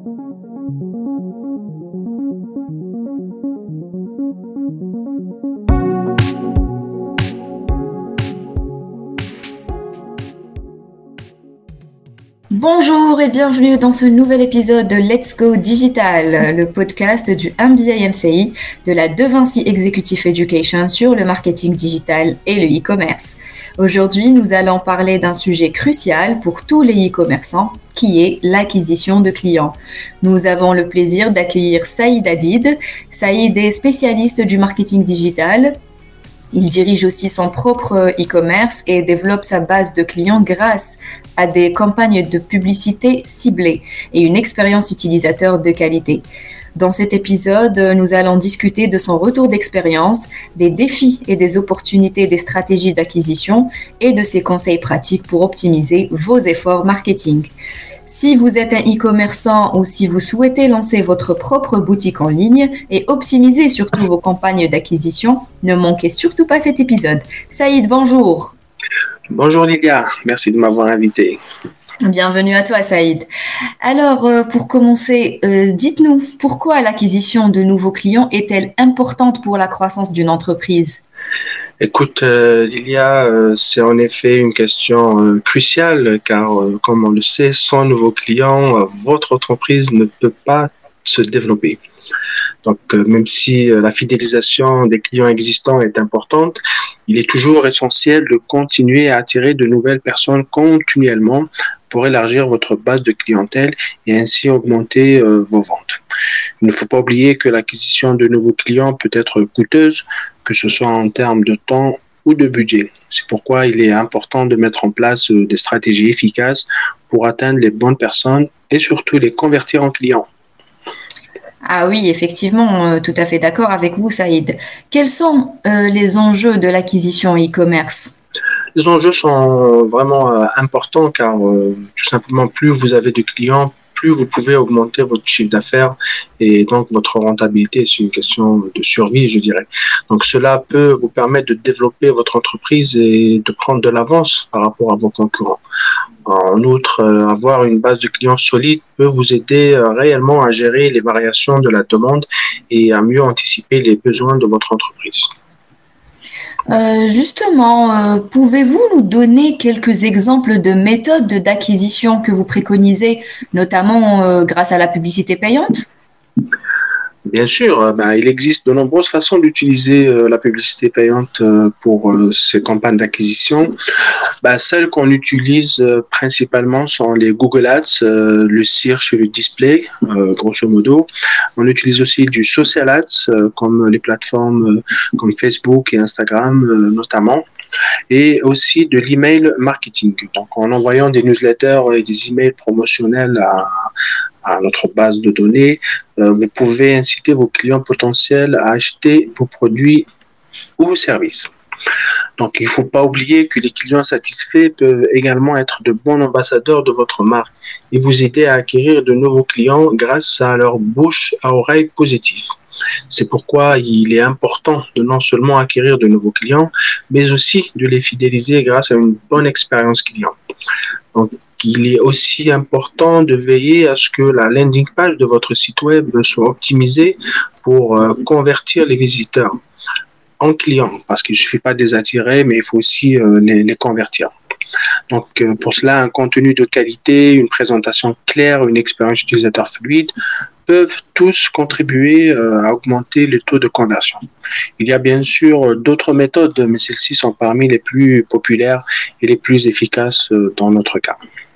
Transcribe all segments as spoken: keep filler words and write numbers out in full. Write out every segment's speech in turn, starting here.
Bonjour et bienvenue dans ce nouvel épisode de Let's Go Digital, le podcast du M B A M C I de la De Vinci Executive Education sur le marketing digital et le e-commerce. Aujourd'hui, nous allons parler d'un sujet crucial pour tous les e-commerçants, qui est l'acquisition de clients. Nous avons le plaisir d'accueillir Saïd Hadid. Saïd est spécialiste du marketing digital. Il dirige aussi son propre e-commerce et développe sa base de clients grâce à des campagnes de publicité ciblées et une expérience utilisateur de qualité. Dans cet épisode, nous allons discuter de son retour d'expérience, des défis et des opportunités des stratégies d'acquisition et de ses conseils pratiques pour optimiser vos efforts marketing. Si vous êtes un e-commerçant ou si vous souhaitez lancer votre propre boutique en ligne et optimiser surtout vos campagnes d'acquisition, ne manquez surtout pas cet épisode. Saïd, bonjour. Bonjour Lilia, merci de m'avoir invité. Bienvenue à toi Saïd. Alors euh, pour commencer, euh, dites-nous pourquoi l'acquisition de nouveaux clients est-elle importante pour la croissance d'une entreprise ? Écoute, euh, Lilia, euh, c'est en effet une question euh, cruciale car, euh, comme on le sait, sans nouveaux clients, euh, votre entreprise ne peut pas se développer. Donc, euh, même si euh, la fidélisation des clients existants est importante, il est toujours essentiel de continuer à attirer de nouvelles personnes continuellement pour élargir votre base de clientèle et ainsi augmenter euh, vos ventes. Il ne faut pas oublier que l'acquisition de nouveaux clients peut être coûteuse, que ce soit en termes de temps ou de budget. C'est pourquoi il est important de mettre en place euh, des stratégies efficaces pour atteindre les bonnes personnes et surtout les convertir en clients. Ah oui, effectivement, euh, tout à fait d'accord avec vous, Saïd. Quels sont euh, les enjeux de l'acquisition e-commerce ? Les enjeux sont vraiment euh, importants car euh, tout simplement plus vous avez de clients, plus vous pouvez augmenter votre chiffre d'affaires et donc votre rentabilité. C'est une question de survie, je dirais. Donc cela peut vous permettre de développer votre entreprise et de prendre de l'avance par rapport à vos concurrents. En outre, euh, avoir une base de clients solide peut vous aider euh, réellement à gérer les variations de la demande et à mieux anticiper les besoins de votre entreprise. Euh, justement, euh, pouvez-vous nous donner quelques exemples de méthodes d'acquisition que vous préconisez, notamment euh, grâce à la publicité payante ? Bien sûr, euh, ben, il existe de nombreuses façons d'utiliser euh, la publicité payante euh, pour euh, ces campagnes d'acquisition. Ben, celles qu'on utilise euh, principalement sont les Google Ads, euh, le search et le display, euh, grosso modo. On utilise aussi du social ads, euh, comme les plateformes euh, comme Facebook et Instagram euh, notamment, et aussi de l'email marketing. Donc, en envoyant des newsletters et des emails promotionnels à à notre base de données, euh, vous pouvez inciter vos clients potentiels à acheter vos produits ou services. Donc, il ne faut pas oublier que les clients satisfaits peuvent également être de bons ambassadeurs de votre marque et vous aider à acquérir de nouveaux clients grâce à leur bouche à oreille positive. C'est pourquoi il est important de non seulement acquérir de nouveaux clients, mais aussi de les fidéliser grâce à une bonne expérience client. Donc, il est aussi important de veiller à ce que la landing page de votre site web soit optimisée pour euh, convertir les visiteurs en clients, parce qu'il ne suffit pas de les attirer, mais il faut aussi euh, les, les convertir. Donc, euh, pour cela, un contenu de qualité, une présentation claire, une expérience utilisateur fluide peuvent tous contribuer euh, à augmenter le taux de conversion. Il y a bien sûr d'autres méthodes, mais celles-ci sont parmi les plus populaires et les plus efficaces euh, dans notre cas.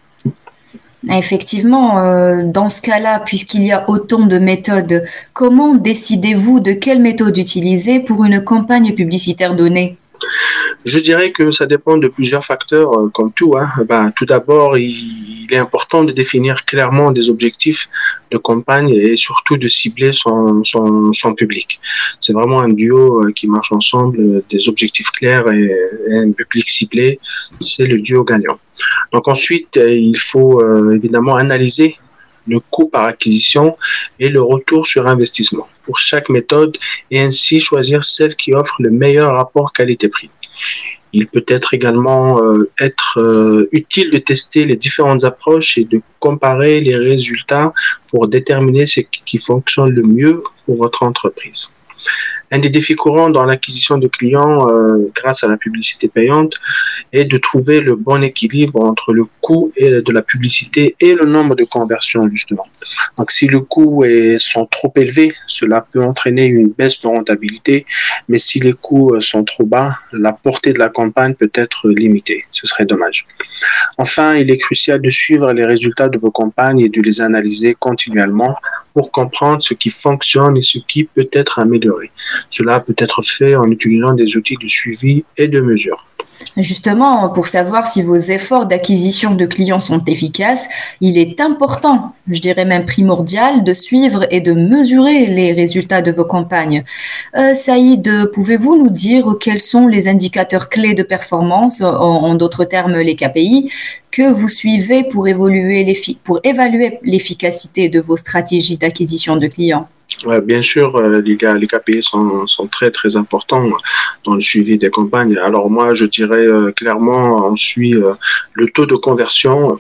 Effectivement, euh, dans ce cas-là, puisqu'il y a autant de méthodes, comment décidez-vous de quelle méthode utiliser pour une campagne publicitaire donnée ? Je dirais que ça dépend de plusieurs facteurs, euh, comme tout. Hein. Ben, tout d'abord, il, il est important de définir clairement des objectifs de campagne et surtout de cibler son, son, son public. C'est vraiment un duo euh, qui marche ensemble, euh, des objectifs clairs et, et un public ciblé, c'est le duo gagnant. Donc ensuite, euh, il faut euh, évidemment analyser le coût par acquisition et le retour sur investissement pour chaque méthode et ainsi choisir celle qui offre le meilleur rapport qualité-prix. Il peut être également euh, être euh, utile de tester les différentes approches et de comparer les résultats pour déterminer ce qui fonctionne le mieux pour votre entreprise. Un des défis courants dans l'acquisition de clients euh, grâce à la publicité payante est de trouver le bon équilibre entre le coût et de la publicité et le nombre de conversions, justement. Donc, si le coût est, sont trop élevés, cela peut entraîner une baisse de rentabilité, mais si les coûts sont trop bas, la portée de la campagne peut être limitée. Ce serait dommage. Enfin, il est crucial de suivre les résultats de vos campagnes et de les analyser continuellement pour comprendre ce qui fonctionne et ce qui peut être amélioré. Cela peut être fait en utilisant des outils de suivi et de mesure. Justement, pour savoir si vos efforts d'acquisition de clients sont efficaces, il est important, je dirais même primordial, de suivre et de mesurer les résultats de vos campagnes. Euh, Saïd, pouvez-vous nous dire quels sont les indicateurs clés de performance, en, en d'autres termes les K P I, que vous suivez pour, évoluer pour évaluer l'efficacité de vos stratégies d'acquisition de clients? Ouais, bien sûr, euh, les, les K P I sont, sont très très importants dans le suivi des campagnes. Alors moi, je dirais euh, clairement, on suit euh, le taux de conversion,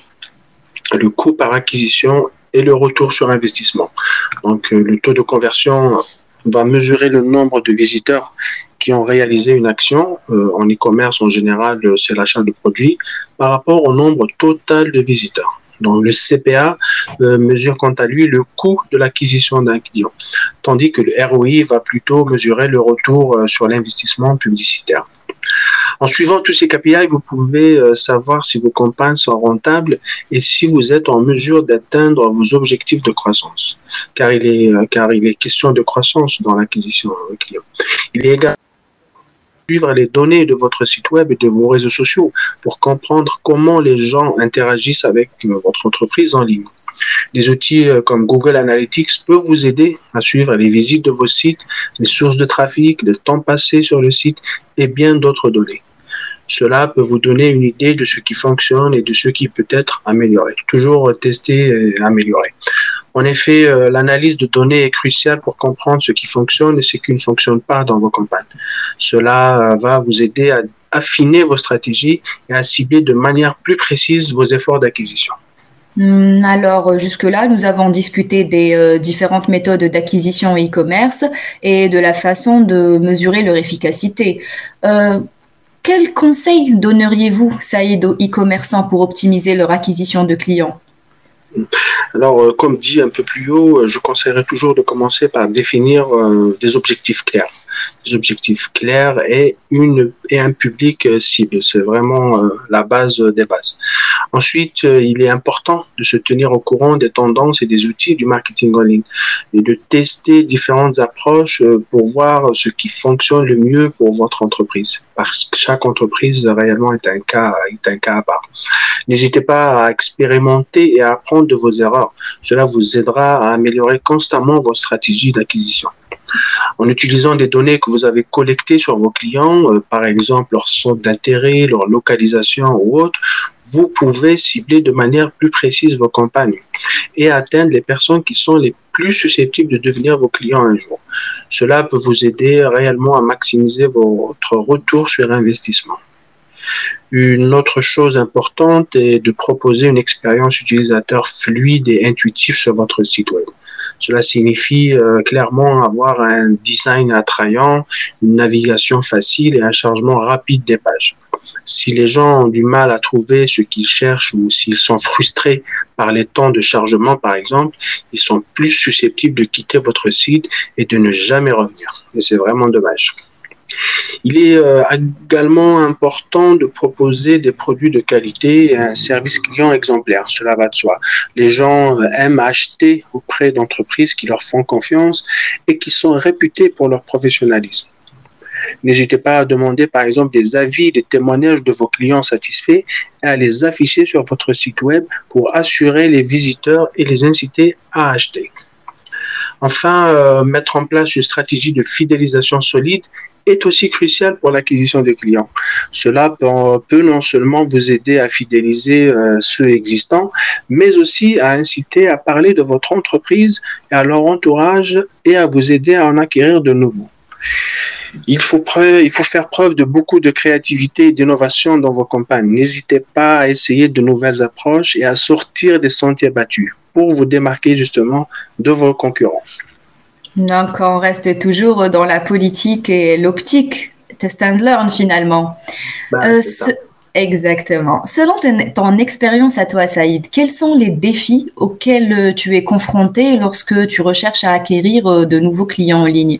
le coût par acquisition et le retour sur investissement. Donc euh, le taux de conversion va mesurer le nombre de visiteurs qui ont réalisé une action. Euh, en e-commerce, en général, c'est l'achat de produits par rapport au nombre total de visiteurs. Donc, le C P A euh, mesure quant à lui le coût de l'acquisition d'un client, tandis que le R O I va plutôt mesurer le retour euh, sur l'investissement publicitaire. En suivant tous ces K P I, vous pouvez euh, savoir si vos campagnes sont rentables et si vous êtes en mesure d'atteindre vos objectifs de croissance, car il est, euh, car il est question de croissance dans l'acquisition de clients. Il est également suivre les données de votre site web et de vos réseaux sociaux pour comprendre comment les gens interagissent avec votre entreprise en ligne. Des outils comme Google Analytics peuvent vous aider à suivre les visites de vos sites, les sources de trafic, le temps passé sur le site et bien d'autres données. Cela peut vous donner une idée de ce qui fonctionne et de ce qui peut être amélioré. Toujours tester et améliorer. En effet, euh, l'analyse de données est cruciale pour comprendre ce qui fonctionne et ce qui ne fonctionne pas dans vos campagnes. Cela euh, va vous aider à affiner vos stratégies et à cibler de manière plus précise vos efforts d'acquisition. Alors, jusque-là, nous avons discuté des euh, différentes méthodes d'acquisition e-commerce et de la façon de mesurer leur efficacité. Euh, quels conseils donneriez-vous, Saïd, aux e-commerçants pour optimiser leur acquisition de clients ? Alors, euh, comme dit un peu plus haut, je conseillerais toujours de commencer par définir euh, des objectifs clairs. Des objectifs clairs et, une, et un public euh, cible. C'est vraiment euh, la base des bases. Ensuite, euh, il est important de se tenir au courant des tendances et des outils du marketing en ligne et de tester différentes approches euh, pour voir ce qui fonctionne le mieux pour votre entreprise. Parce que chaque entreprise réellement est un cas, est un cas à part. N'hésitez pas à expérimenter et à apprendre de vos erreurs. Cela vous aidera à améliorer constamment vos stratégies d'acquisition. En utilisant des données que vous avez collectées sur vos clients, euh, par exemple leur centre d'intérêt, leur localisation ou autre, vous pouvez cibler de manière plus précise vos campagnes et atteindre les personnes qui sont les plus susceptibles de devenir vos clients un jour. Cela peut vous aider réellement à maximiser votre retour sur investissement. Une autre chose importante est de proposer une expérience utilisateur fluide et intuitive sur votre site web. Cela signifie euh, clairement avoir un design attrayant, une navigation facile et un chargement rapide des pages. Si les gens ont du mal à trouver ce qu'ils cherchent ou s'ils sont frustrés par les temps de chargement, par exemple, ils sont plus susceptibles de quitter votre site et de ne jamais revenir. Et c'est vraiment dommage. Il est euh, également important de proposer des produits de qualité et un service client exemplaire. Cela va de soi. Les gens euh, aiment acheter auprès d'entreprises qui leur font confiance et qui sont réputées pour leur professionnalisme. N'hésitez pas à demander par exemple des avis, des témoignages de vos clients satisfaits et à les afficher sur votre site web pour assurer les visiteurs et les inciter à acheter. Enfin, euh, mettre en place une stratégie de fidélisation solide est aussi crucial pour l'acquisition des clients. Cela peut, peut non seulement vous aider à fidéliser euh, ceux existants, mais aussi à inciter à parler de votre entreprise et à leur entourage et à vous aider à en acquérir de nouveaux. Il faut, preuve, il faut faire preuve de beaucoup de créativité et d'innovation dans vos campagnes. N'hésitez pas à essayer de nouvelles approches et à sortir des sentiers battus pour vous démarquer justement de vos concurrents. Donc, on reste toujours dans la politique et l'optique, test and learn finalement. Ben, euh, ce... Exactement. Selon ton, ton expérience à toi, Saïd, quels sont les défis auxquels tu es confronté lorsque tu recherches à acquérir de nouveaux clients en ligne?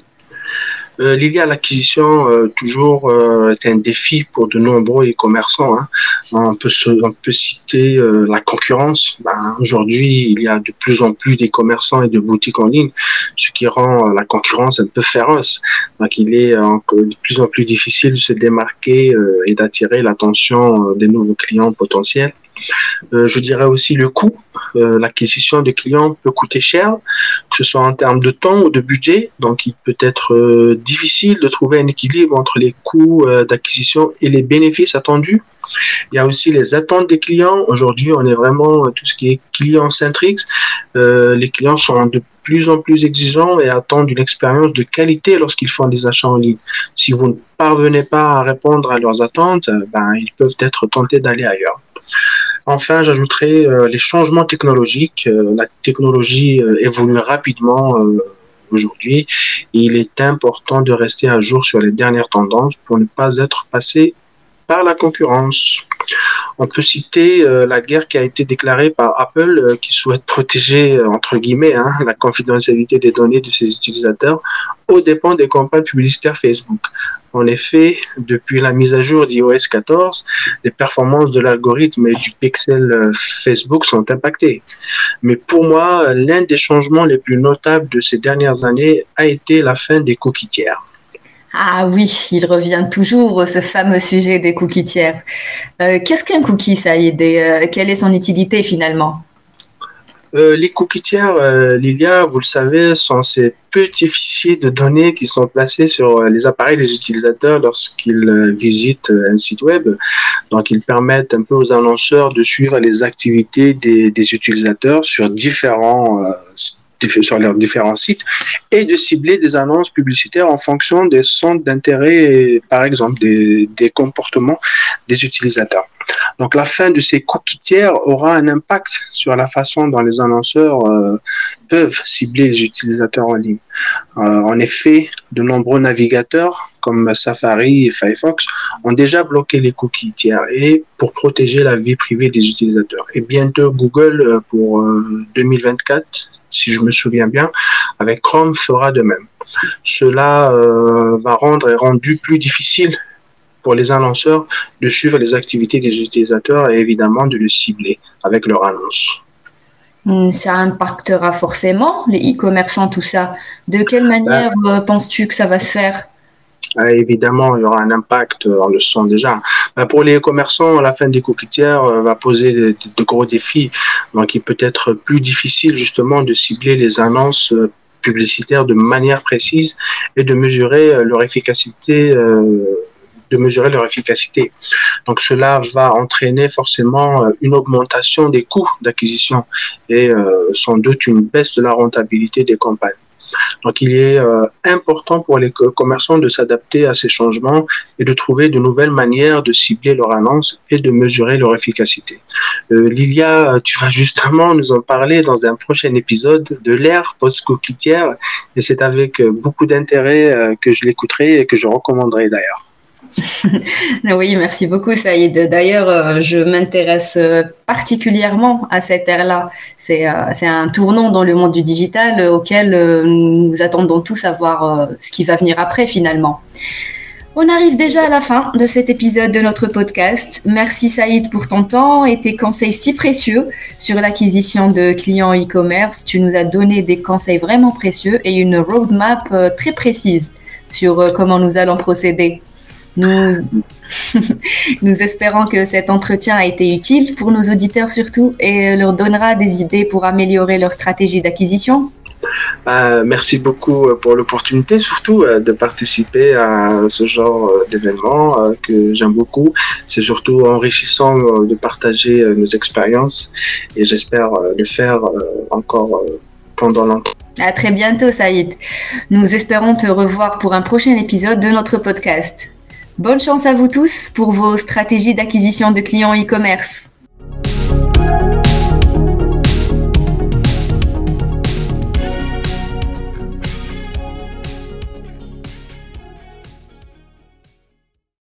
Euh, lié à l'acquisition, euh, toujours euh, est un défi pour de nombreux e-commerçants. Hein. On peut se, on peut citer euh, la concurrence. Ben, aujourd'hui, il y a de plus en plus d'e-commerçants et de boutiques en ligne, ce qui rend la concurrence un peu féroce. Donc, il est euh, de plus en plus difficile de se démarquer euh, et d'attirer l'attention euh, des nouveaux clients potentiels. Euh, je dirais aussi le coût. Euh, l'acquisition de clients peut coûter cher, que ce soit en termes de temps ou de budget. Donc, il peut être euh, difficile de trouver un équilibre entre les coûts euh, d'acquisition et les bénéfices attendus. Il y a aussi les attentes des clients. Aujourd'hui, on est vraiment tout ce qui est client-centrique. Euh, les clients sont de plus en plus exigeants et attendent une expérience de qualité lorsqu'ils font des achats en ligne. Si vous ne parvenez pas à répondre à leurs attentes, ben, ils peuvent être tentés d'aller ailleurs. Enfin, j'ajouterai euh, les changements technologiques. Euh, la technologie euh, évolue rapidement euh, aujourd'hui. Et il est important de rester à jour sur les dernières tendances pour ne pas être passé par la concurrence. On peut citer euh, la guerre qui a été déclarée par Apple euh, qui souhaite protéger, euh, entre guillemets, hein, la confidentialité des données de ses utilisateurs aux dépens des campagnes publicitaires Facebook. En effet, depuis la mise à jour d'i O S quatorze, les performances de l'algorithme et du pixel euh, Facebook sont impactées. Mais pour moi, l'un des changements les plus notables de ces dernières années a été la fin des cookies tiers. Ah oui, il revient toujours, ce fameux sujet des cookies tiers. Euh, qu'est-ce qu'un cookie, Saïd, et euh, quelle est son utilité finalement? Euh, les cookies tiers, euh, Lilia, vous le savez, sont ces petits fichiers de données qui sont placés sur euh, les appareils des utilisateurs lorsqu'ils euh, visitent euh, un site web. Donc, ils permettent un peu aux annonceurs de suivre les activités des, des utilisateurs sur différents euh, sur leurs différents sites et de cibler des annonces publicitaires en fonction des centres d'intérêt, par exemple des, des comportements des utilisateurs. Donc la fin de ces cookies tiers aura un impact sur la façon dont les annonceurs euh, peuvent cibler les utilisateurs en ligne. Euh, en effet, de nombreux navigateurs comme Safari et Firefox ont déjà bloqué les cookies tiers et pour protéger la vie privée des utilisateurs. Et bientôt Google pour euh, deux mille vingt-quatre, si je me souviens bien, avec Chrome fera de même. Cela euh, va rendre et rendu plus difficile pour les annonceurs de suivre les activités des utilisateurs et évidemment de le cibler avec leur annonce. Ça impactera forcément les e-commerçants, tout ça. De quelle manière ben, penses-tu que ça va se faire? Évidemment, il y aura un impact, on le sent déjà. Pour les commerçants, la fin des cookies tiers va poser de, de gros défis. Donc, il peut être plus difficile justement de cibler les annonces publicitaires de manière précise et de mesurer leur efficacité, de mesurer leur efficacité. Donc, cela va entraîner forcément une augmentation des coûts d'acquisition et sans doute une baisse de la rentabilité des campagnes. Donc, il est euh, important pour les commerçants de s'adapter à ces changements et de trouver de nouvelles manières de cibler leur annonce et de mesurer leur efficacité. Euh, Lilia, tu vas justement nous en parler dans un prochain épisode de l'ère post-cookie tiers et c'est avec beaucoup d'intérêt euh, que je l'écouterai et que je recommanderai d'ailleurs. Oui, merci beaucoup Saïd. D'ailleurs, je m'intéresse particulièrement à cette ère-là. C'est, c'est un tournant dans le monde du digital auquel nous attendons tous à voir ce qui va venir après finalement. On arrive déjà à la fin de cet épisode de notre podcast. Merci Saïd pour ton temps et tes conseils si précieux sur l'acquisition de clients e-commerce. Tu nous as donné des conseils vraiment précieux et une roadmap très précise sur comment nous allons procéder. Nous, nous espérons que cet entretien a été utile pour nos auditeurs surtout et leur donnera des idées pour améliorer leur stratégie d'acquisition. Euh, merci beaucoup pour l'opportunité, surtout euh, de participer à ce genre euh, d'événement euh, que j'aime beaucoup. C'est surtout enrichissant euh, de partager euh, nos expériences et j'espère euh, le faire euh, encore euh, pendant longtemps. À très bientôt, Saïd. Nous espérons te revoir pour un prochain épisode de notre podcast. Bonne chance à vous tous pour vos stratégies d'acquisition de clients e-commerce.